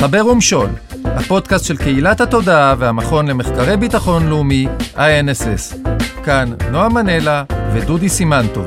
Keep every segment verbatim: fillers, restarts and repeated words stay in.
חבר ומשול, הפודקאסט של קהילת התודעה והמכון למחקרי ביטחון לאומי, איי אן אס אס. כאן נועה מנלה ודודי סימנטוב.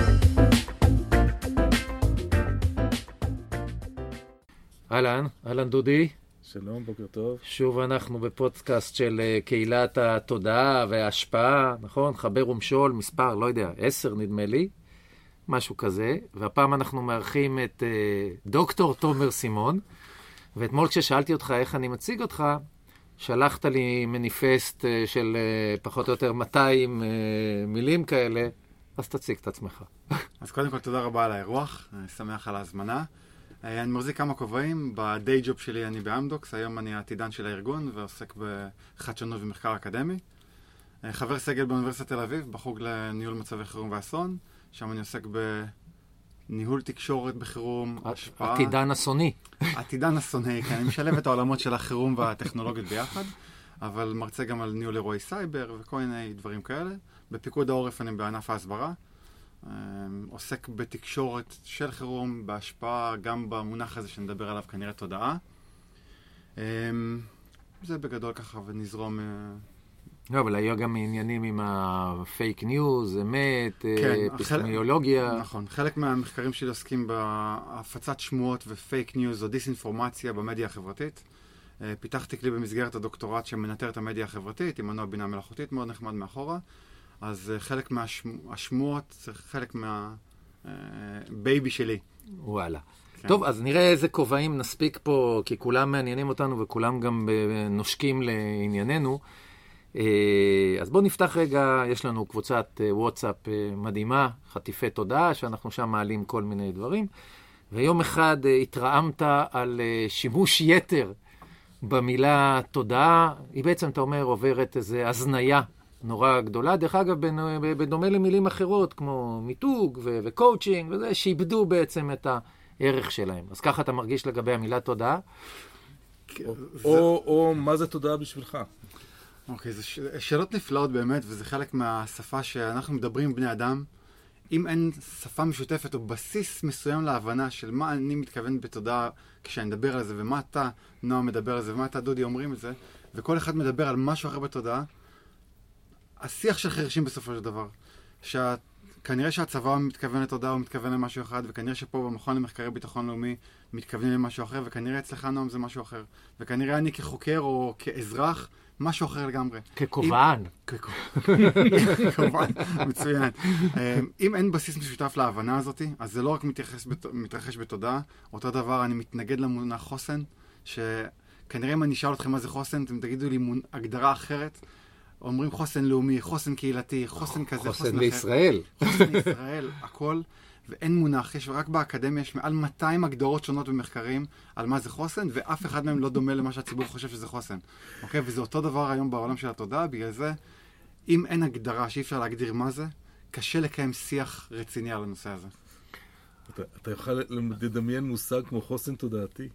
אהלן, אהלן דודי. שלום, בוקר טוב. שוב אנחנו בפודקאסט של קהילת התודעה וההשפעה, נכון? חבר ומשול, מספר, לא יודע, עשר נדמה לי, משהו כזה. והפעם אנחנו מארחים את uh, דוקטור תומר סימון, ואתמול כששאלתי אותך איך אני מציג אותך, שלחת לי מניפסט uh, של uh, פחות או יותר מאתיים uh, מילים כאלה, אז תציג את עצמך. אז קודם כל תודה רבה על האירוח, אני שמח על ההזמנה. אני מחזיק כמה כובעים, בדיי ג'וב שלי אני באמדוקס, היום אני העתידן של הארגון ועוסק בחדשנות ומחקר אקדמי. חבר סגל באוניברסיטת תל אביב, בחוג לניהול מצבי חירום ואסון, שם אני עוסק בניהול תקשורת בחירום, השפעה. עתידן אסוני. עתידן אסוני, כן, אני משלב את העולמות של החירום והטכנולוגיות ביחד, אבל מרצה גם על ניהול אירועי סייבר וכל מיני דברים כאלה. בפיקוד העורף אני בענף ההסברה. עוסק בתקשורת של חירום, בהשפעה, גם במונח הזה שנדבר עליו כנראה תודעה. זה בגדול ככה ונזרום. לא, אבל היו גם עניינים עם הפייק ניוז, אמת, אפיסטמיולוגיה. נכון, חלק מהמחקרים שלי עוסקים בהפצת שמועות ופייק ניוז או דיסאינפורמציה במדיה החברתית. פיתחתי כלי במסגרת הדוקטורט שמנטר את המדיה החברתית, עם מנוע בינה מלאכותית מאוד נחמד מאחורה. אז חלק מהשמועות זה חלק מהבייבי שלי. וואלה. כן. טוב, אז נראה איזה כובעים נספיק פה, כי כולם מעניינים אותנו וכולם גם נושקים לענייננו. אז בואו נפתח רגע, יש לנו קבוצת וואטסאפ מדהימה, חטיפי תודעה, שאנחנו שם מעלים כל מיני דברים. ויום אחד התרעמת על שימוש יתר במילה תודעה. היא בעצם, אתה אומר, עוברת איזו הזניה נורא גדולה. דרך אגב, בדומה למילים אחרות, כמו מיתוג ו- וקואוצ'ינג וזה, שאיבדו בעצם את הערך שלהם. אז ככה אתה מרגיש לגבי המילה תודעה? או, או, או מה זה תודעה בשבילך? אוקיי, זה ש... שאלות נפלאות באמת, וזה חלק מהשפה שאנחנו מדברים בני אדם. אם אין שפה משותפת או בסיס מסוים להבנה של מה אני מתכוון בתודעה כשאני מדבר על זה, ומה אתה, נועה, מדבר על זה, ומה אתה, דודי, אומרים את זה, וכל אחד מדבר על משהו אחר בתודעה, השיח של חרשים בסופו של דבר, שכנראה שהצבא מתכוון לתודעה או מתכוון למשהו אחד, וכנראה שפה במכון למחקרי ביטחון לאומי מתכוונים למשהו אחר, וכנראה אצלך נועם זה משהו אחר. וכנראה אני כחוקר או כאזרח, משהו אחר לגמרי. כקובען. כקובען, מצוין. אם אין בסיס משותף להבנה הזאת, אז זה לא רק מתרחש בתודעה, אותו דבר אני מתנגד למונח חוסן, שכנראה אם אני אשאל אתכם מה זה חוסן, אתם תגידו לי הגדרה אחרת, אומרים חוסן לאומי, חוסן קהילתי, חוסן כזה, חוסן אחר. חוסן לישראל. חוסן לישראל, הכל. ואין מונח, יש רק באקדמיה יש מעל מאתיים הגדרות שונות במחקרים על מה זה חוסן, ואף אחד מהם לא דומה למה שהציבור חושב שזה חוסן. אוקיי? וזה אותו דבר היום בעולם של התודעה, בגלל זה, אם אין הגדרה שאי אפשר להגדיר מה זה, קשה לקיים שיח רציני על הנושא הזה. אתה, אתה יכול לדמיין מושג כמו חוסן תודעתי.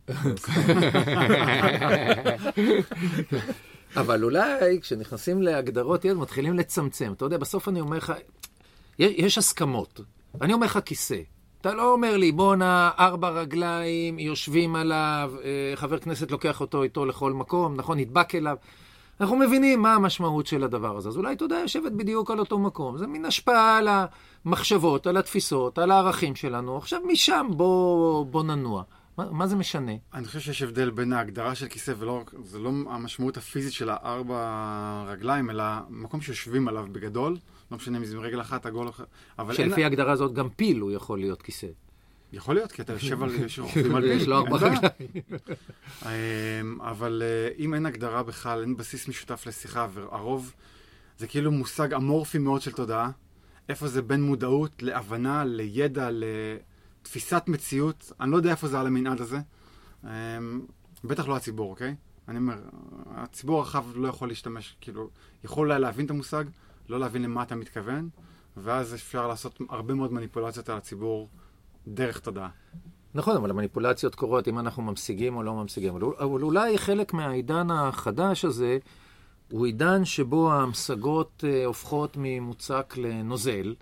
אבל אולי כשנכנסים להגדרות, מתחילים לצמצם. אתה יודע, בסוף אני אומר לך, יש הסכמות. אני אומר לך כיסא. אתה לא אומר לי, בוא נע, ארבע רגליים, יושבים עליו, חבר כנסת לוקח אותו איתו לכל מקום, נכון, נדבק אליו. אנחנו מבינים מה המשמעות של הדבר הזה. אז אולי תודה, יושבת בדיוק על אותו מקום. זה מין השפעה על המחשבות, על התפיסות, על הערכים שלנו. עכשיו משם בוא, בוא ננוע. מה, מה זה משנה? אני חושב שיש הבדל בין ההגדרה של כיסא, ולא, זה לא המשמעות הפיזית של הארבע רגליים, אלא מקום שיושבים עליו בגדול. לא משנה אם זה רגל אחת, עגול אחת. שלפי ההגדרה הזאת גם פיל הוא יכול להיות כיסא. יכול להיות, כי אתה יושב על שרוכבים על פיל. יש לו ארבע רגליים. אבל אם אין הגדרה בכלל, אין בסיס משותף לשיחה, והרוב זה כאילו מושג אמורפי מאוד של תודעה. איפה זה בין מודעות להבנה, לידע, לתפיסת מציאות. אני לא יודע איפה זה על המנעד הזה. בטח לא הציבור, אוקיי? אני אומר, הציבור הרחב לא יכול להשתמש, כאילו, יכול אולי להבין את המושג, לא להבין למה אתה מתכוון, ואז אפשר לעשות הרבה מאוד מניפולציות על הציבור דרך תודעה. נכון, אבל המניפולציות קורות אם אנחנו ממשיגים או לא ממשיגים. אבל אולי חלק מהעידן החדש הזה הוא עידן שבו המשגות הופכות ממוצק לנוזל,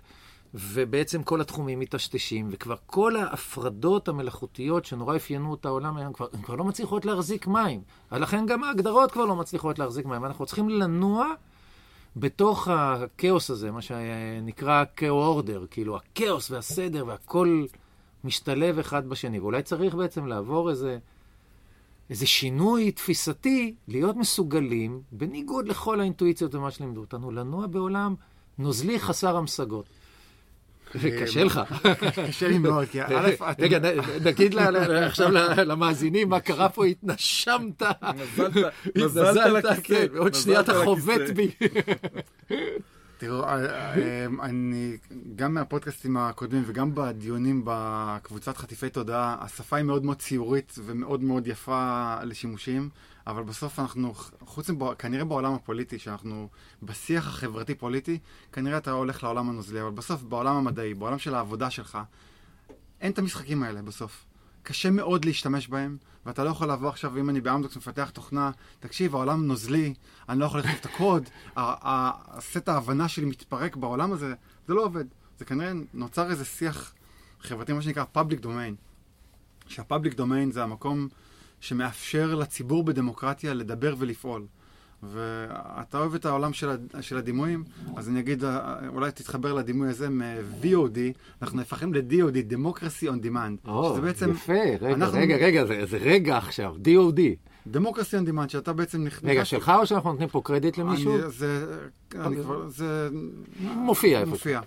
ובעצם כל התחומים מתשתשים, וכבר כל ההפרדות המלאכותיות שנורא אפיינו את העולם היום, כבר, הן כבר לא מצליחות להחזיק מים. ולכן גם ההגדרות כבר לא מצליחות להחזיק מים. אנחנו צריכים לנוע בתוך הכאוס הזה, מה שנקרא כאו-אורדר, כאילו הכאוס והסדר והכל משתלב אחד בשני. ואולי צריך בעצם לעבור איזה, איזה שינוי תפיסתי, להיות מסוגלים, בניגוד לכל האינטואיציות ומה שלימדו אותנו, לנוע בעולם נוזלי חסר המשגות. קשה לך. קשה לי מאוד, כי א', רגע, נגיד עכשיו למאזינים, מה קרה פה, התנשמת, התנזלת, עוד שנייה אתה חובט בי. תראו, אני, גם מהפודקאסטים הקודמים וגם בדיונים בקבוצת חטיפי תודעה, השפה היא מאוד מאוד ציורית ומאוד מאוד יפה לשימושים, אבל בסוף אנחנו, חוץ מבו, כנראה בעולם הפוליטי, שאנחנו בשיח החברתי-פוליטי, כנראה אתה הולך לעולם הנוזלי, אבל בסוף בעולם המדעי, בעולם של העבודה שלך, אין את המשחקים האלה בסוף. קשה מאוד להשתמש בהם, ואתה לא יכול לעבור עכשיו, אם אני באמדוקס מפתח תוכנה, תקשיב, העולם נוזלי, אני לא יכול לכתוב את הקוד, הסט ההבנה שלי מתפרק בעולם הזה, זה לא עובד. זה כנראה נוצר איזה שיח חברתי, מה שנקרא public domain. שהפאבליק דומיין זה המקום שמאפשר לציבור בדמוקרטיה לדבר ולפעול. ואתה אוהב את העולם של, של הדימויים, אז אני אגיד, אולי תתחבר לדימוי הזה מ-וי או די, אנחנו נהפכים ל-די או די, Democracy on Demand. או, בעצם, יפה, רגע, אנחנו... רגע, רגע, זה, זה רגע עכשיו, די או די. Democracy on Demand, שאתה בעצם נכנס... רגע, שלך או שאנחנו נותנים פה קרדיט למישהו? אני, זה... אני כבר... זה... מופיע איפה. מופיע.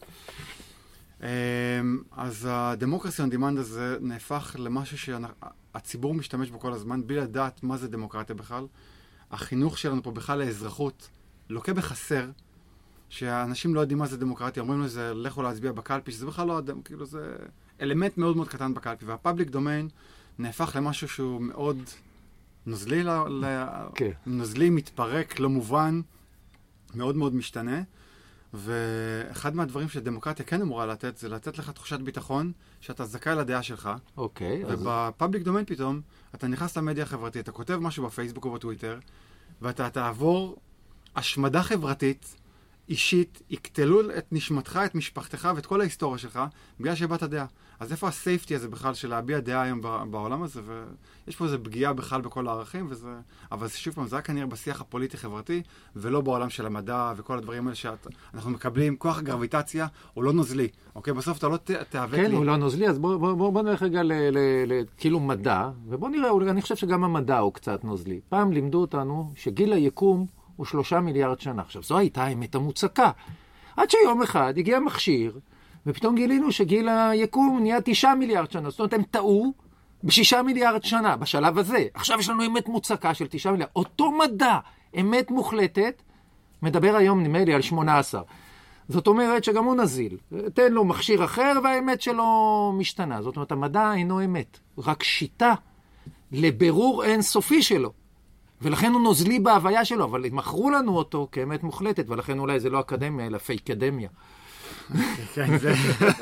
אז ה-Democracy on Demand הזה נהפך למשהו שהציבור משתמש בו כל הזמן, בלי לדעת מה זה דמוקרטיה בכלל. החינוך שלנו פה בכלל לאזרחות לוקה בחסר, שהאנשים לא יודעים מה זה דמוקרטיה, אומרים לזה, לכו להצביע בקלפי, שזה בכלל לא אדם, כאילו זה אלמנט מאוד מאוד קטן בקלפי, והפאבליק דומיין נהפך למשהו שהוא מאוד נוזלי, כן. נוזלי, מתפרק, לא מובן, מאוד מאוד משתנה, ואחד מהדברים שדמוקרטיה כן אמורה לתת, זה לתת לך תחושת ביטחון, שאתה זכאי לדעה שלך. אוקיי. ובפאבליק דומיין פתאום, אתה נכנס למדיה החברתית, אתה כותב משהו בפייסבוק או בטוויטר, ואתה תעבור השמדה חברתית, אישית, יקטלו את נשמתך, את משפחתך ואת כל ההיסטוריה שלך, בגלל שבאת דעה. אז איפה הסייפטי הזה בכלל של להביע דעה היום בעולם הזה? ויש פה איזו פגיעה בכלל בכל הערכים, וזה... אבל שוב פעם, זה היה כנראה בשיח הפוליטי-חברתי, ולא בעולם של המדע וכל הדברים האלה שאנחנו מקבלים. כוח גרביטציה הוא לא נוזלי. אוקיי? בסוף אתה לא תיאבק לי. כן, הוא לא נוזלי, אז בואו בוא, בוא, בוא נלך רגע לכאילו מדע, ובואו נראה, אני חושב שגם המדע הוא קצת נוזלי. פעם לימדו אותנו שגיל היקום הוא שלושה מיליארד שנה. עכשיו, זו הייתה האמת המוצקה. עד שיום אחד הגיע מכשיר, ופתאום גילינו שגיל היקום נהיה תשעה מיליארד שנה. זאת אומרת, הם טעו בשישה מיליארד שנה, בשלב הזה. עכשיו יש לנו אמת מוצקה של תשעה מיליארד. אותו מדע, אמת מוחלטת, מדבר היום נדמה לי על שמונה עשרה. זאת אומרת שגם הוא נזיל. תן לו מכשיר אחר והאמת שלו משתנה. זאת אומרת, המדע אינו אמת. רק שיטה לבירור אינסופי שלו. ולכן הוא נוזלי בהוויה שלו, אבל מכרו לנו אותו כאמת מוחלטת, ולכן אולי זה לא אקדמיה, אלא פייקדמיה. כן, זה...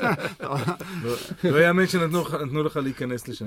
לא יאמן שנתנו לך להיכנס לשם.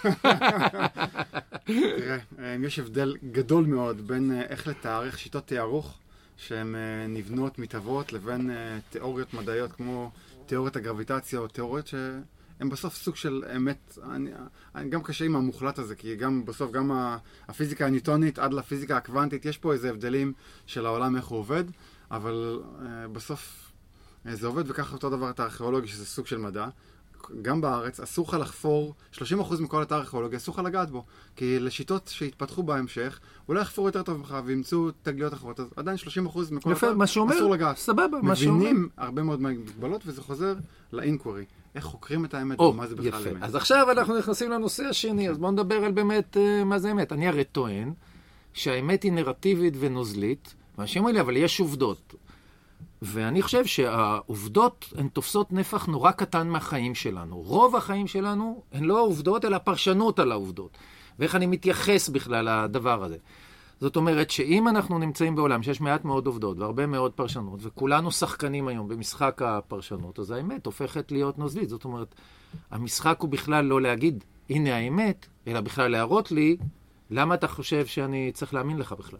תראה, יש הבדל גדול מאוד בין איך לתארך שיטות תיארוך, שהן נבנות, מתהוות, לבין תיאוריות מדעיות כמו תיאוריית הגרביטציה, או תיאוריות ש... הם בסוף סוג של אמת, אני, אני גם קשה עם המוחלט הזה, כי גם בסוף גם הפיזיקה הניוטונית עד לפיזיקה הקוונטית, יש פה איזה הבדלים של העולם איך הוא עובד, אבל uh, בסוף uh, זה עובד, וככה אותו דבר את הארכיאולוגיה, שזה סוג של מדע. גם בארץ אסור לך לחפור, שלושים אחוז מכל את הארכיאולוגיה אסור לך לגעת בו, כי לשיטות שהתפתחו בהמשך, אולי יחפרו יותר טוב ממך וימצאו תגליות אחרות, אז עדיין שלושים אחוז מכל יפה, אתר אסור לגעת. סבבה, מה שאומר. מבינים הרבה מאוד מהמגבלות, וזה חוזר לאינקוורי. איך חוקרים את האמת ומה זה בכלל אמת. אז עכשיו אנחנו נכנסים לנושא השני, אז בואו נדבר על באמת מה זה אמת. אני הרי טוען שהאמת היא נרטיבית ונוזלית, ואנשים אומרים לי, אבל יש עובדות. ואני חושב שהעובדות הן תופסות נפח נורא קטן מהחיים שלנו. רוב החיים שלנו הן לא עובדות, אלא פרשנות על העובדות. ואיך אני מתייחס בכלל לדבר הזה. זאת אומרת שאם אנחנו נמצאים בעולם שיש מעט מאוד עובדות והרבה מאוד פרשנות, וכולנו שחקנים היום במשחק הפרשנות, אז האמת הופכת להיות נוזלית. זאת אומרת, המשחק הוא בכלל לא להגיד, הנה האמת, אלא בכלל להראות לי, למה אתה חושב שאני צריך להאמין לך בכלל?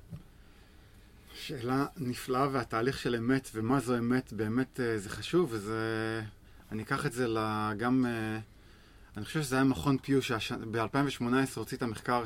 שאלה נפלאה, והתהליך של אמת ומה זו אמת באמת זה חשוב, וזה אני אקח את זה גם, אני חושב שזה היה מכון פיו שב-אלפיים ושמונה עשרה הוציא את המחקר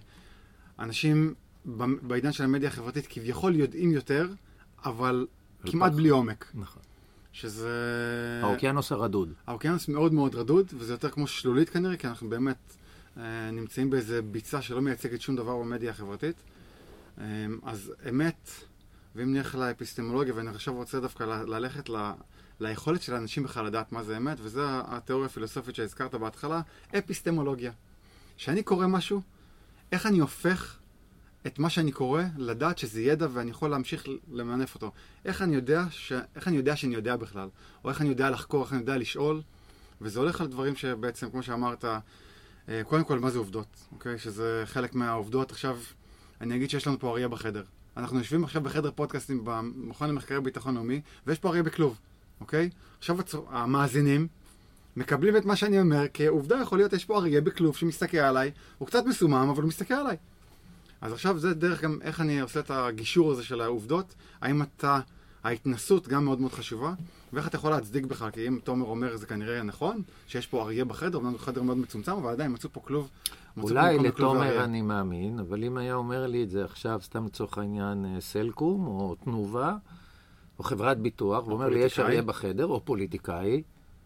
שאנשים בעידן של המדיה החברתית כביכול יודעים יותר, אבל כמעט בלי עומק. נכון. שזה... האוקיינוס הרדוד. האוקיינוס מאוד מאוד רדוד, וזה יותר כמו שלולית כנראה, כי אנחנו באמת אה, נמצאים באיזה ביצה שלא מייצגת שום דבר במדיה החברתית. אה, אז אמת, ואם נלך לאפיסטמולוגיה, ואני עכשיו רוצה דווקא ל- ללכת ל- ליכולת של האנשים בכלל לדעת מה זה אמת, וזו התיאוריה הפילוסופית שהזכרת בהתחלה, אפיסטמולוגיה. כשאני קורא משהו, איך אני הופך את מה שאני קורא, לדעת שזה ידע ואני יכול להמשיך למנף אותו. איך אני יודע, ש... איך אני יודע שאני יודע בכלל? או איך אני יודע לחקור, איך אני יודע לשאול? וזה הולך על דברים שבעצם, כמו שאמרת, קודם כל, מה זה עובדות? אוקיי? שזה חלק מהעובדות. עכשיו, אני אגיד שיש לנו פה אריה בחדר. אנחנו יושבים עכשיו בחדר פודקאסטים במכון למחקרי ביטחון לאומי, ויש פה אריה בכלוב. אוקיי? עכשיו המאזינים מקבלים את מה שאני אומר, כעובדה יכול להיות, יש פה אריה בכלוב שמסתכל עליי, הוא קצת מסומם, אבל הוא מסתכל עליי. אז עכשיו זה דרך גם איך אני עושה את הגישור הזה של העובדות, האם אתה, ההתנסות גם מאוד מאוד חשובה, ואיך אתה יכול להצדיק בכלל, כי אם תומר אומר זה כנראה נכון, שיש פה אריה בחדר, אמנם זה חדר מאוד מצומצם, אבל עדיין מצאו פה כלוב. אולי לתומר אני מאמין, אבל אם היה אומר לי את זה עכשיו, סתם לצורך העניין סלקום, או תנובה, או חברת ביטוח, ואומר לי יש אריה בחדר, או פוליטיקאי,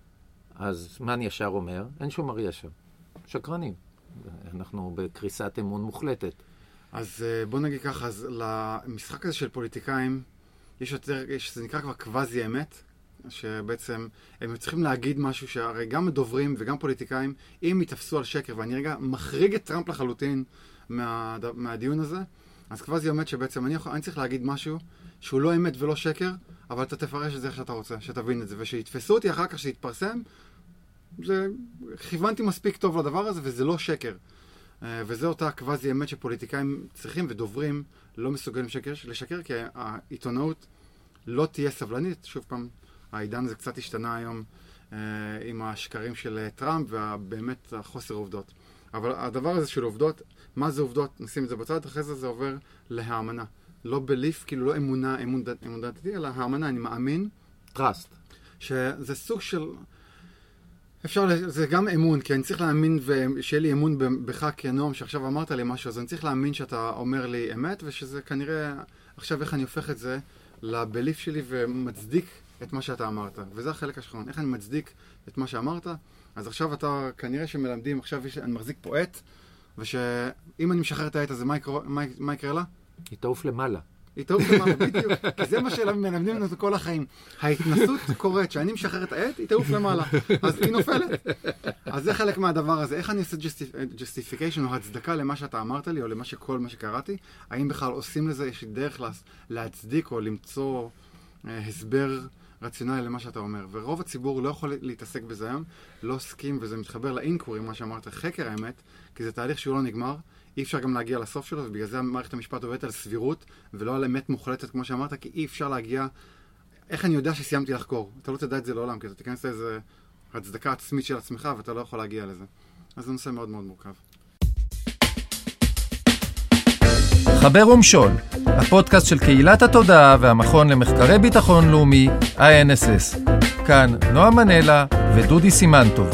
אז מה אני ישר אומר? אין שום אריה שם. שקרנים. אנחנו בקריסת אמון מוחלטת. אז בוא נגיד ככה, אז למשחק הזה של פוליטיקאים, יש יותר, יש, זה נקרא כבר קוואזי אמת, שבעצם הם צריכים להגיד משהו שהרי גם הדוברים וגם פוליטיקאים, אם יתפסו על שקר, ואני רגע מחריג את טראמפ לחלוטין מה, מהדיון הזה, אז קוואזי אמת שבעצם אני, יכול, אני צריך להגיד משהו שהוא לא אמת ולא שקר, אבל אתה תפרש את זה איך שאתה רוצה, שתבין את זה, ושיתפסו אותי אחר כך שיתפרסם, זה, כיוונתי מספיק טוב לדבר הזה, וזה לא שקר. וזה אותה קוואזי אמת שפוליטיקאים צריכים ודוברים לא מסוגלים לשקר, לשקר כי העיתונאות לא תהיה סבלנית. שוב פעם, העידן הזה קצת השתנה היום אה, עם השקרים של טראמפ ובאמת החוסר עובדות. אבל הדבר הזה של עובדות, מה זה עובדות? נשים את זה בצד, אחרי זה זה עובר להאמנה. לא בליף, כאילו לא אמונה, אמון, אמון דתי, אלא האמנה, אני מאמין. טראסט. שזה סוג של... אפשר, זה גם אמון, כי אני צריך להאמין ושיהיה לי אמון בך כנועם שעכשיו אמרת לי משהו, אז אני צריך להאמין שאתה אומר לי אמת, ושזה כנראה, עכשיו איך אני הופך את זה לבליף שלי ומצדיק את מה שאתה אמרת. וזה החלק השכרון, איך אני מצדיק את מה שאמרת. אז עכשיו אתה, כנראה שמלמדים, עכשיו יש, אני מחזיק פה עת, ושאם אני משחרר את העת הזה, מה יקרה, מה, מה יקרה לה? היא תעוף למעלה. היא טעות למעלה, בדיוק, כי זה מה שמלמדים לנו כל החיים. ההתנסות קורית, שאני משחרר את העת, היא תעוף למעלה, אז היא נופלת. אז זה חלק מהדבר הזה. איך אני עושה justification או הצדקה למה שאתה אמרת לי, או למה שכל מה שקראתי? האם בכלל עושים לזה, יש דרך להצדיק או למצוא הסבר רציונלי למה שאתה אומר? ורוב הציבור לא יכול להתעסק בזה היום, לא עוסקים, וזה מתחבר לאינקורי, מה שאמרת, חקר האמת, כי זה תהליך שהוא לא נגמר. אי אפשר גם להגיע לסוף שלו, ובגלל זה מערכת המשפט עובדת על סבירות, ולא על אמת מוחלטת, כמו שאמרת, כי אי אפשר להגיע... איך אני יודע שסיימתי לחקור? אתה לא תדע את זה לעולם, כי אתה תיכנס לאיזו הצדקה עצמית של עצמך, ואתה לא יכול להגיע לזה. אז זה נושא מאוד מאוד מורכב. חבר ומשול, הפודקאסט של קהילת התודעה והמכון למחקרי ביטחון לאומי, איי אן אס אס. כאן נועה מנלה ודודי סימנטוב.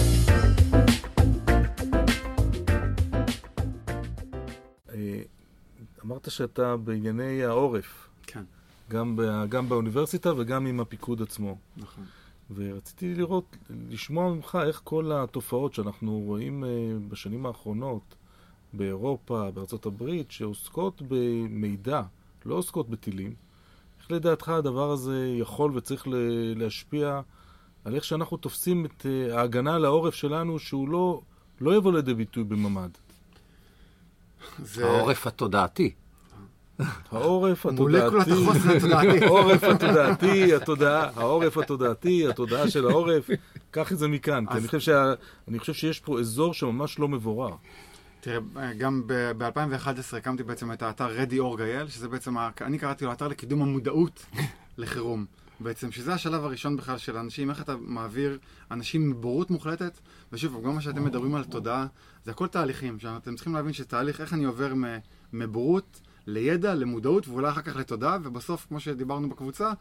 אמרת שאתה בענייני העורף. כן. גם, ב, גם באוניברסיטה וגם עם הפיקוד עצמו. נכון. ורציתי לראות, לשמוע ממך איך כל התופעות שאנחנו רואים בשנים האחרונות באירופה, בארצות הברית, שעוסקות במידע, לא עוסקות בטילים. איך לדעתך הדבר הזה יכול וצריך להשפיע על איך שאנחנו תופסים את ההגנה על העורף שלנו, שהוא לא, לא יבוא לידי ביטוי בממד. זה... העורף התודעתי. העורף התודעתי. מולקולת החוסן התודעתי. העורף התודעתי, התודעה, העורף התודעתי, התודעה של העורף. קח את זה מכאן, כי אני חושב שה... אני חושב שיש פה אזור שממש לא מבורר. תראה, גם ב-אלפיים ואחת עשרה הקמתי בעצם את האתר רדי אור גייל, שזה בעצם, אני קראתי לו אתר לקידום המודעות לחירום. בעצם, שזה השלב הראשון בכלל של אנשים, איך אתה מעביר אנשים מבורות מוחלטת, ושוב, גם מה שאתם מדברים על תודעה, זה הכל תהליכים, שאתם צריכים להבין שתהליך, איך אני עובר מבורות לידע, למודעות, ואולי אחר כך לתודעה, ובסוף, כמו שדיברנו בקבוצה,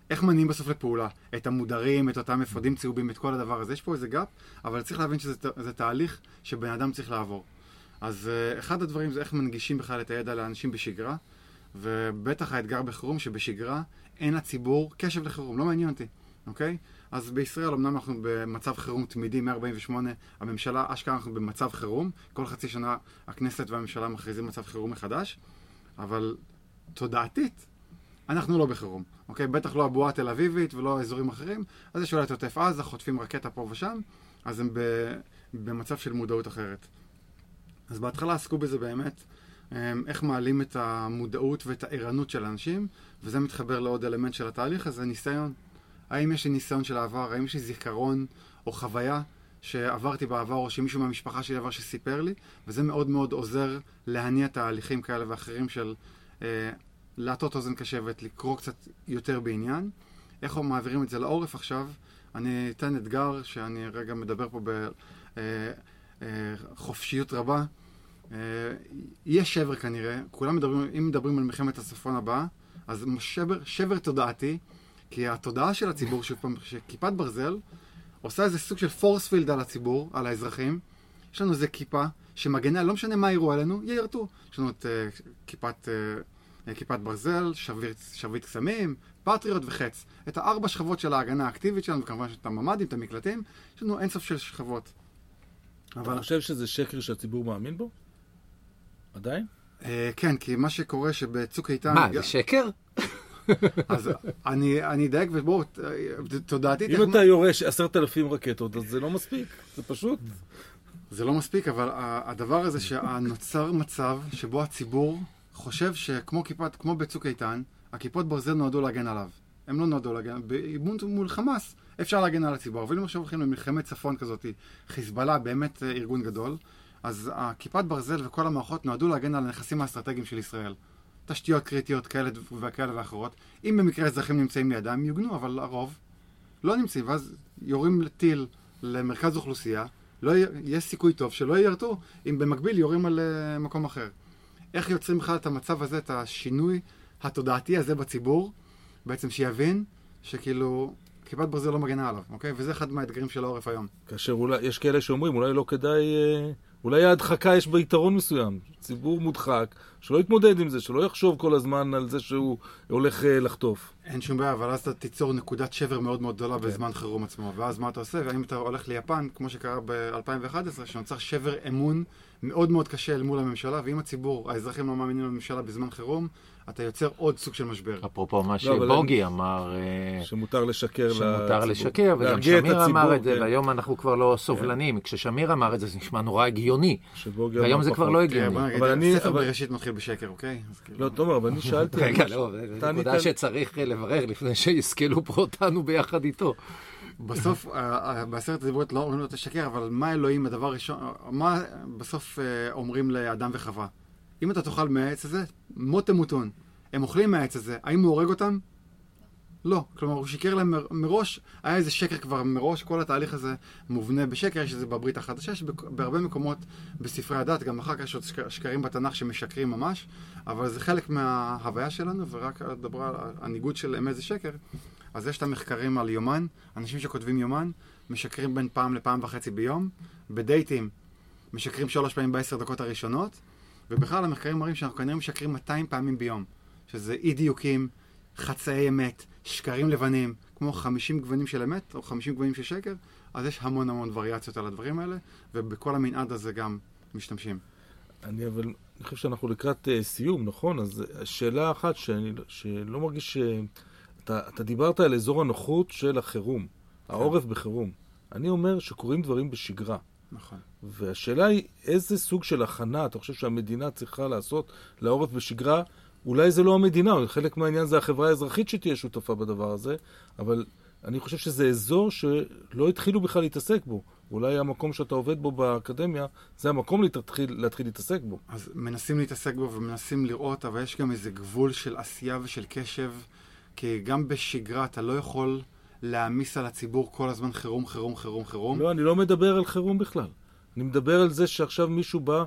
איך מניעים בסוף לפעולה? את המודרים, את אותם מפודים צהובים, את כל הדבר הזה. יש פה איזה גאפ, אבל צריך להבין שזה זה תהליך שבן אדם צריך לעבור. אז אחד הדברים זה איך מנגישים בכלל את הידע לאנשים בשגרה, ובטח האתגר בחירום שבשגרה אין לציבור קשב לחירום, לא מעניין אותי, אוקיי? אז בישראל אמנם אנחנו במצב חירום תמידי, מאה ארבעים ושמונה, הממשלה, אשכרה אנחנו במצב חירום, כל חצי שנה הכנסת והממשלה מכריזים מצב חירום מחדש, אבל תודעתית, אנחנו לא בחירום, אוקיי? בטח לא הבועה תל אביבית ולא אזורים אחרים, אז יש אולי את עוטף עזה, חוטפים רקטה פה ושם, אז הם במצב של מודעות אחרת. אז בהתחלה עסקו בזה באמת, איך מעלים את המודעות ואת הערנות של האנשים, וזה מתחבר לעוד אלמנט של התהליך הזה, ניסיון. האם יש לי ניסיון של העבר, האם יש לי זיכרון או חוויה שעברתי בעבר, או שמישהו מהמשפחה שלי עבר שסיפר לי, וזה מאוד מאוד עוזר להניע תהליכים כאלה ואחרים של אה, להטות אוזן קשבת, לקרוא קצת יותר בעניין. איך הם מעבירים את זה לעורף עכשיו? אני אתן אתגר שאני רגע מדבר פה בחופשיות אה, אה, רבה. Uh, יש שבר כנראה, כולם מדברים, אם מדברים על מלחמת הצפון הבאה, אז שבר, שבר תודעתי, כי התודעה של הציבור, שכיפת ברזל, עושה איזה סוג של פורס פילד על הציבור, על האזרחים. יש לנו איזה כיפה שמגנה, לא משנה מה יראו עלינו, יירתו. יש לנו את uh, כיפת, uh, כיפת ברזל, שביט, שביט קסמים, פטריוט וחץ. את הארבע שכבות של ההגנה האקטיבית שלנו, וכמובן את הממדים, את המקלטים, יש לנו אינסוף של שכבות. אבל אני חושב שזה שקר שהציבור מאמין בו? עדיין? כן, כי מה שקורה שבצוק איתן... מה, זה שקר? אז אני אדייק ובואו, תודעתית... אם אתה יורש עשרת אלפים רקטות, אז זה לא מספיק, זה פשוט. זה לא מספיק, אבל הדבר הזה שנוצר מצב שבו הציבור חושב שכמו כיפת, כמו בצוק איתן, הכיפות ברזל נועדו להגן עליו. הם לא נועדו להגן, באימון מול חמאס אפשר להגן על הציבור, אבל אם עכשיו הולכים למלחמת צפון כזאת, חיזבאללה באמת ארגון גדול, אז הכיפת ברזל וכל המערכות נועדו להגן על הנכסים האסטרטגיים של ישראל. תשתיות קריטיות כאלה וכאלה ואחרות. אם במקרה אזרחים נמצאים לידם, יוגנו, אבל הרוב לא נמצאים. ואז יורים טיל למרכז אוכלוסייה, לא י... יש סיכוי טוב שלא יירתו, אם במקביל יורים על uh, מקום אחר. איך יוצרים בכלל את המצב הזה, את השינוי התודעתי הזה בציבור, בעצם שיבין שכאילו כיפת ברזל לא מגנה עליו, אוקיי? וזה אחד מהאתגרים של העורף היום. כאשר אולי, יש כאלה שאומרים, אולי לא כדאי... אולי ההדחקה יש בה יתרון מסוים. ציבור מודחק, שלא יתמודד עם זה, שלא יחשוב כל הזמן על זה שהוא הולך לחטוף. אין שום בעיה, אבל אז אתה תיצור נקודת שבר מאוד מאוד גדולה בזמן חירום עצמו. ואז מה אתה עושה? ואם אתה הולך ליפן, כמו שקרה ב-אלפיים ואחת עשרה, שנוצר שבר אמון מאוד מאוד קשה אל מול הממשלה, ואם הציבור, האזרחים לא מאמינים לממשלה בזמן חירום, אתה יוצר עוד סוג של משבר. אפרופו מה שבוגי אמר... שמותר לשקר לציבור. שמותר לשקר, וגם שמיר אמר את זה, והיום אנחנו כבר לא סובלנים. כששמיר אמר את זה, זה נשמע נורא הגיוני. והיום זה כבר לא הגיוני. אבל אני... ספר בראשית מתחיל בשקר, אוקיי? לא, תומר, אבל אני שאלתי... רגע, לא, זה נקודה שצריך לברר לפני שיסכלו פה אותנו ביחד איתו. בסוף, בעשרת הדיברות לא אומרים לו תשקר, אבל מה אלוהים, הדבר ראשון, מה בסוף אומרים לאדם וחווה? אם אתה תאכל מהעץ הזה, מות תמותון. הם אוכלים מהעץ הזה, האם הוא הורג אותם? לא. כלומר, הוא שיקר להם מראש, היה איזה שקר כבר מראש, כל התהליך הזה מובנה בשקר, יש את זה בברית החדשה, יש בהרבה מקומות בספרי הדת, גם אחר כך יש עוד שקרים בתנ"ך שמשקרים ממש, אבל זה חלק מההוויה שלנו, ורק דברה על הניגוד של אמת זה שקר. אז יש את המחקרים על יומן, אנשים שכותבים יומן, משקרים בין פעם לפעם וחצי ביום, בדייטים משקרים שלוש פעמים בעשר דקות הראשונות, ובכלל המחקרים מראים שאנחנו כנראה משקרים מאתיים פעמים ביום, שזה אי דיוקים, חצאי אמת, שקרים לבנים, כמו חמישים גוונים של אמת, או חמישים גוונים של שקר, אז יש המון המון וריאציות על הדברים האלה, ובכל המנעד הזה גם משתמשים. אני אבל, אני חושב שאנחנו לקראת uh, סיום, נכון? אז שאלה אחת שאני, שלא מרגיש ש... אתה, אתה דיברת על אזור הנוחות של החירום, העורף בחירום. אני אומר שקורים דברים בשגרה. נכון. והשאלה היא, איזה סוג של הכנה אתה חושב שהמדינה צריכה לעשות לעורף בשגרה? אולי זה לא המדינה, חלק מהעניין זה החברה האזרחית שתהיה שותפה בדבר הזה, אבל אני חושב שזה אזור שלא התחילו בכלל להתעסק בו. אולי המקום שאתה עובד בו באקדמיה, זה המקום להתחיל, להתחיל להתעסק בו. אז מנסים להתעסק בו ומנסים לראות, אבל יש גם איזה גבול של עשייה ושל קשב, כי גם בשגרה אתה לא יכול להעמיס על הציבור כל הזמן חירום, חירום, חירום, חירום. לא, אני לא מדבר על חירום בכלל. אני מדבר על זה שעכשיו מישהו בא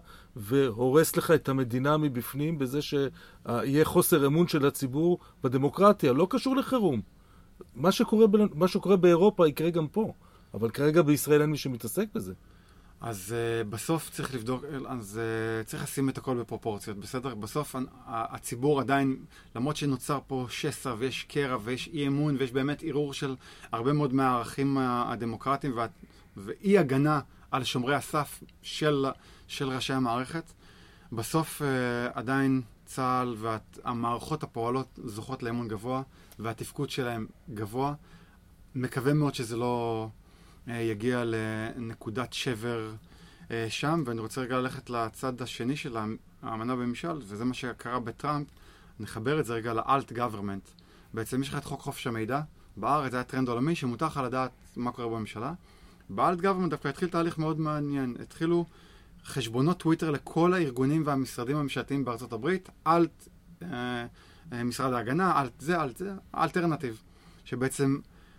והורס לך את המדינה מבפנים, בזה שיהיה חוסר אמון של הציבור בדמוקרטיה. לא קשור לחירום. מה שקורה, ב... מה שקורה באירופה יקרה גם פה, אבל כרגע בישראל אין מי שמתעסק בזה. אז uh, בסוף צריך לבדוק, אז uh, צריך לשים את הכל בפרופורציות, בסדר? בסוף הציבור עדיין, למרות שנוצר פה שסע ויש קרע ויש אי אמון ויש באמת עירור של הרבה מאוד מהערכים הדמוקרטיים וה... ואי הגנה על שומרי הסף של, של ראשי המערכת, בסוף uh, עדיין צה"ל והמערכות הפועלות זוכות לאמון גבוה והתפקוד שלהם גבוה. מקווה מאוד שזה לא יגיע לנקודת שבר שם, ואני רוצה רגע ללכת לצד השני של האמנה בממשל, וזה מה שקרה בטראמפ. נחבר את זה רגע לאלט גוברמנט. בעצם יש לך את חוק חופש המידע, בארץ זה היה טרנד עולמי שמותר לך לדעת מה קורה בממשלה. באלט גוברמנט דווקא התחיל תהליך מאוד מעניין. התחילו חשבונות טוויטר לכל הארגונים והמשרדים הממשלתיים בארצות הברית, אלט אה, משרד ההגנה, אלט זה, אלט זה, אלטרנטיב, שבעצם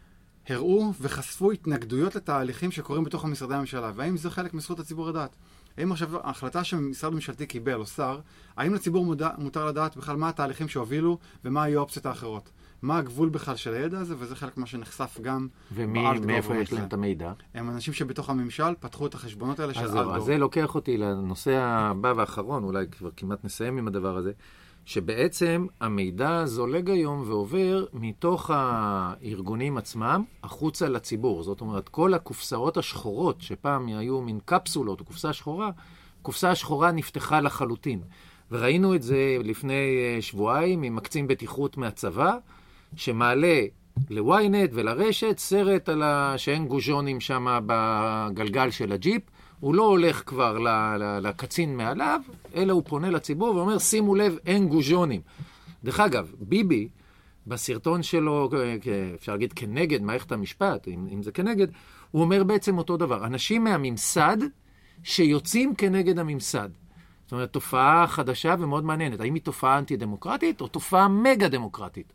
הראו וחשפו התנגדויות לתהליכים שקורים בתוך המשרדי הממשלה, והאם זה חלק מזכות הציבור לדעת? האם עכשיו ההחלטה שמשרד ממשלתי קיבל או שר, האם לציבור מודע, מותר לדעת בכלל מה התהליכים שהובילו ומה היו האופציות האחרות? מה הגבול בכלל של הידע הזה, וזה חלק מה שנחשף גם ומאיפה יש להם את המידע? הם אנשים שבתוך הממשל פתחו את החשבונות האלה של אלט גוברמנט. אז זה לוקח אותי לנושא הבא והאחרון, אולי כבר כמעט נסיים עם הדבר הזה, שבעצם המידע זולג היום ועובר מתוך הארגונים עצמם החוצה לציבור. זאת אומרת, כל הקופסאות השחורות, שפעם היו מין קפסולות או קופסה שחורה, קופסה השחורה נפתחה לחלוטין. וראינו את זה לפני שבועיים עם מקצין בטיחות מהצבא, שמעלה לוויינט ולרשת סרט על ה... שאין גוז'ונים שם בגלגל של הג'יפ, הוא לא הולך כבר לקצין מעליו, אלא הוא פונה לציבור ואומר, שימו לב, אין גוז'ונים. דרך אגב, ביבי, בסרטון שלו, אפשר להגיד כנגד מערכת המשפט, אם, אם זה כנגד, הוא אומר בעצם אותו דבר. אנשים מהממסד שיוצאים כנגד הממסד. זאת אומרת, תופעה חדשה ומאוד מעניינת. האם היא תופעה אנטי-דמוקרטית או תופעה מגה-דמוקרטית?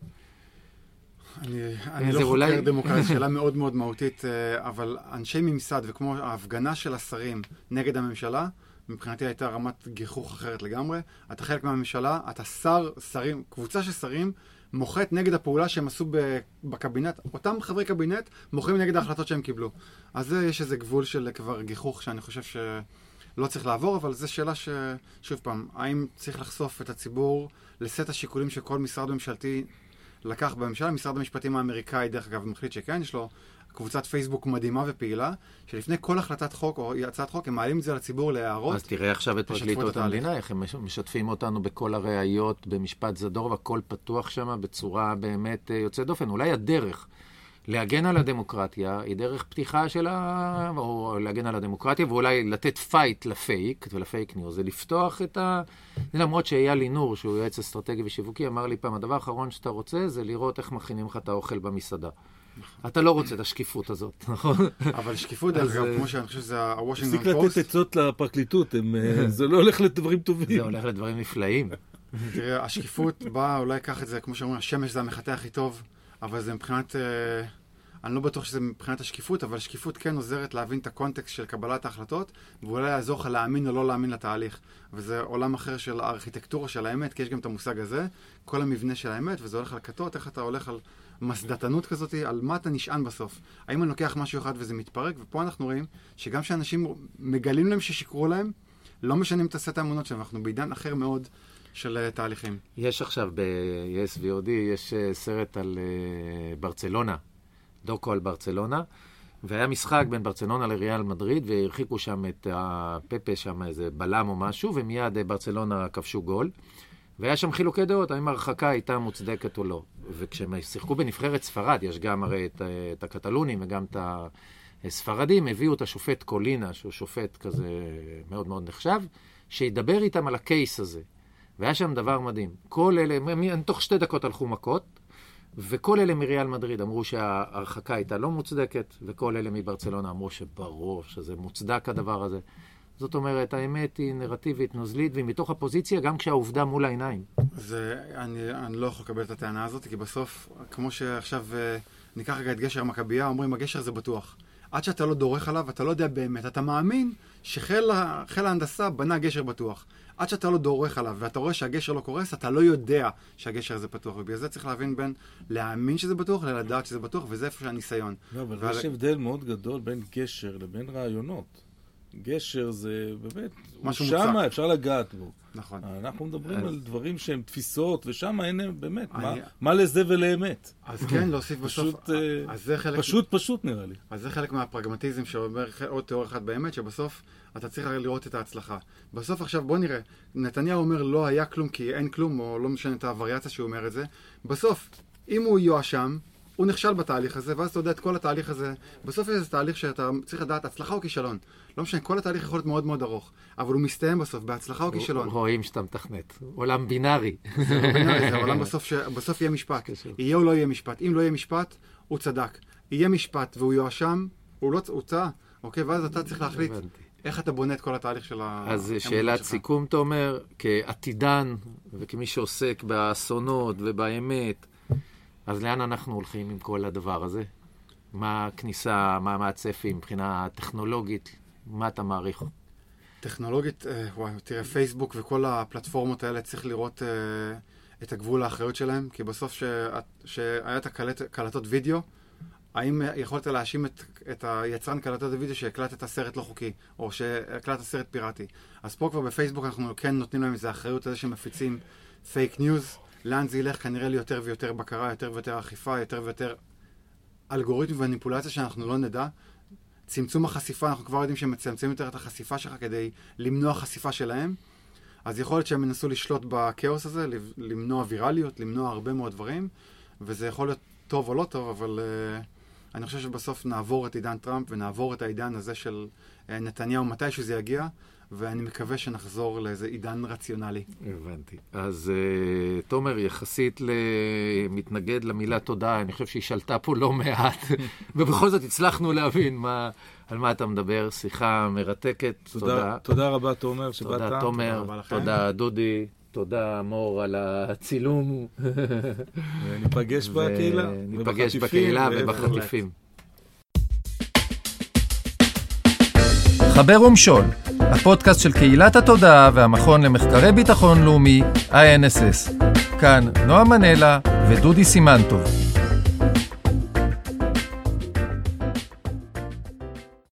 אני, אני לא אולי... חוקר דמוקרטית, שאלה מאוד מאוד מהותית, אבל אנשי ממסד וכמו ההפגנה של השרים נגד הממשלה, מבחינתי הייתה רמת גיחוך אחרת לגמרי. אתה חלק מהממשלה, אתה שר, שרים, קבוצה של שרים, מוחת נגד הפעולה שהם עשו בקבינט. אותם חברי קבינט מוחים נגד ההחלטות שהם קיבלו. אז יש איזה גבול של כבר גיחוך שאני חושב שלא צריך לעבור, אבל זו שאלה ששוב פעם, האם צריך לחשוף את הציבור לסט השיקולים שכל משרד ממשלתי לקח בממשלה? משרד המשפטים האמריקאי, דרך אגב, מחליט שכן, יש לו קבוצת פייסבוק מדהימה ופעילה, שלפני כל החלטת חוק או הצעת חוק, הם מעלים את זה לציבור להערות. אז תראה עכשיו את פרקליטות המדינה, איך הם משתפים אותנו בכל הראיות במשפט זדור, והכל פתוח שם בצורה באמת יוצאת דופן. אולי הדרך להגן על הדמוקרטיה היא דרך פתיחה שלה, או להגן על הדמוקרטיה, ואולי לתת פייט לפייק, ולפייק ניוז, זה לפתוח את ה... למרות שאייל לינור, שהוא יועץ אסטרטגי ושיווקי, אמר לי פעם, הדבר האחרון שאתה רוצה זה לראות איך מכינים לך את האוכל במסעדה. אתה לא רוצה את השקיפות הזאת, נכון? אבל שקיפות, דרך אגב, כמו שאני חושב שזה הוושינגטון פוסט. תפסיק לתת עצות לפרקליטות, זה לא הולך לדברים טובים. זה הולך לדברים נפלאים. תראה, השקיפות באה, אולי קח את זה, כמו שאומרים, השמש זה המחטא הכי טוב, אבל זה מבחינת... אני לא בטוח שזה מבחינת השקיפות, אבל השקיפות כן עוזרת להבין את הקונטקסט של קבלת ההחלטות, ואולי יעזור לך להאמין או לא להאמין לתהליך. וזה עולם אחר של הארכיטקטורה של האמת, כי יש גם את המושג הזה, כל המבנה של האמת, וזה הולך על כתות, איך אתה הולך על מסדתנות כזאת, על מה אתה נשען בסוף. האם אני לוקח משהו אחד וזה מתפרק, ופה אנחנו רואים שגם שאנשים מגלים להם ששיקרו להם, לא משנים את הסט האמונות שלהם, אנחנו בעידן אחר מאוד של תהליכים. יש עכשיו ב-יס וי או די, יש סרט על ברצלונה. דוקו על ברצלונה, והיה משחק בין ברצלונה לריאל מדריד, והרחיקו שם את הפפה, שם איזה בלם או משהו, ומיד ברצלונה כבשו גול, והיה שם חילוקי דעות, האם ההרחקה הייתה מוצדקת או לא. וכשהם שיחקו בנבחרת ספרד, יש גם הרי את, את הקטלונים וגם את הספרדים, הביאו את השופט קולינה, שהוא שופט כזה מאוד מאוד נחשב, שידבר איתם על הקייס הזה. והיה שם דבר מדהים. כל אלה, תוך שתי דקות הלכו מכות, וכל אלה מריאל מדריד אמרו שההרחקה הייתה לא מוצדקת, וכל אלה מברצלונה אמרו שברור, שזה מוצדק הדבר הזה. זאת אומרת, האמת היא נרטיבית, נוזלית, והיא מתוך הפוזיציה גם כשהעובדה מול העיניים. זה, אני, אני לא יכול לקבל את הטענה הזאת, כי בסוף, כמו שעכשיו ניקח רגע את גשר המכבייה, אומרים, הגשר זה בטוח. עד שאתה לא דורך עליו, אתה לא יודע באמת. אתה מאמין שחיל ההנדסה בנה גשר בטוח. עד שאתה לא דורך עליו, ואתה רואה שהגשר לא קורס, אתה לא יודע שהגשר הזה פתוח. ובגלל זה צריך להבין בין להאמין שזה בטוח, לדעת שזה בטוח, וזה איפה שהניסיון. לא, אבל ועל... יש הבדל מאוד גדול בין גשר לבין רעיונות. גשר זה באמת, שמה אפשר לגעת בו. נכון. אנחנו מדברים על דברים שהם תפיסות, ושם אין באמת, מה לזה ולאמת. אז כן, להוסיף בסוף, פשוט פשוט נראה לי. אז זה חלק מהפרגמטיזם שאומר עוד תיאוריה אחת באמת, שבסוף אתה צריך לראות את ההצלחה. בסוף עכשיו בוא נראה, נתניהו אומר לא היה כלום כי אין כלום, או לא משנה את הווריאציה שהוא אומר את זה. בסוף, אם הוא יואשם, הוא נכשל בתהליך הזה, ואז אתה יודע את כל התהליך הזה. בסוף יש תהליך שאתה צריך לדעת הצלחה או כישלון. לא משנה, כל התהליך יכול להיות מאוד מאוד ארוך, אבל הוא מסתיים בסוף, בהצלחה או כישלון. רואים שאתה מתכנת. עולם בינארי. זה לא בינארי, זה עולם בסוף יהיה משפט. יהיה או לא יהיה משפט. אם לא יהיה משפט, הוא צדק. יהיה משפט והוא יואשם, הוא לא צדק. אוקיי, ואז אתה צריך להחליט איך אתה בונה את כל התהליך של ה... אז שאלת סיכום, אתה אומר, כעתידן וכמי שעוסק באסונות ובאמת, אז לאן אנחנו הולכים עם כל הדבר הזה? מה הכניסה, מה, מה הצפי מבחינה טכנולוגית? מה אתה מעריך? טכנולוגית, וואי, תראה, פייסבוק וכל הפלטפורמות האלה צריך לראות את הגבול האחריות שלהם, כי בסוף שהיה את הקלטות וידאו, האם יכולת להאשים את, את היצרן קלטות הוידאו שהקלט את הסרט לא חוקי, או שהקלט הסרט פיראטי? אז פה כבר בפייסבוק אנחנו כן נותנים להם איזו אחריות על זה שמפיצים פייק ניוז, לאן זה ילך כנראה לי יותר ויותר בקרה, יותר ויותר אכיפה, יותר ויותר אלגוריתם ומניפולציה שאנחנו לא נדע. צמצום החשיפה, אנחנו כבר יודעים שהם מצמצמים יותר את החשיפה שלך כדי למנוע חשיפה שלהם. אז יכול להיות שהם ינסו לשלוט בקאוס הזה, למנוע ויראליות, למנוע הרבה מאוד דברים, וזה יכול להיות טוב או לא טוב, אבל uh, אני חושב שבסוף נעבור את עידן טראמפ ונעבור את העידן הזה של uh, נתניהו מתי שזה יגיע, ואני מקווה שנחזור לאיזה עידן רציונלי. הבנתי. אז uh, תומר, יחסית למתנגד למילה תודה, אני חושב שהיא שלטה פה לא מעט, ובכל זאת הצלחנו להבין מה, על מה אתה מדבר. שיחה מרתקת. תודה. תודה, תודה רבה, תומר, שבאת. תודה, תומר. תודה, תודה דודי. תודה, מור, על הצילום. וניפגש בקהילה. ניפגש בקהילה ובחטיפים. חבר ומשול, הפודקאסט של קהילת התודעה והמכון למחקרי ביטחון לאומי, איי אן אס אס. כאן נועה מנלה ודודי סימנטוב.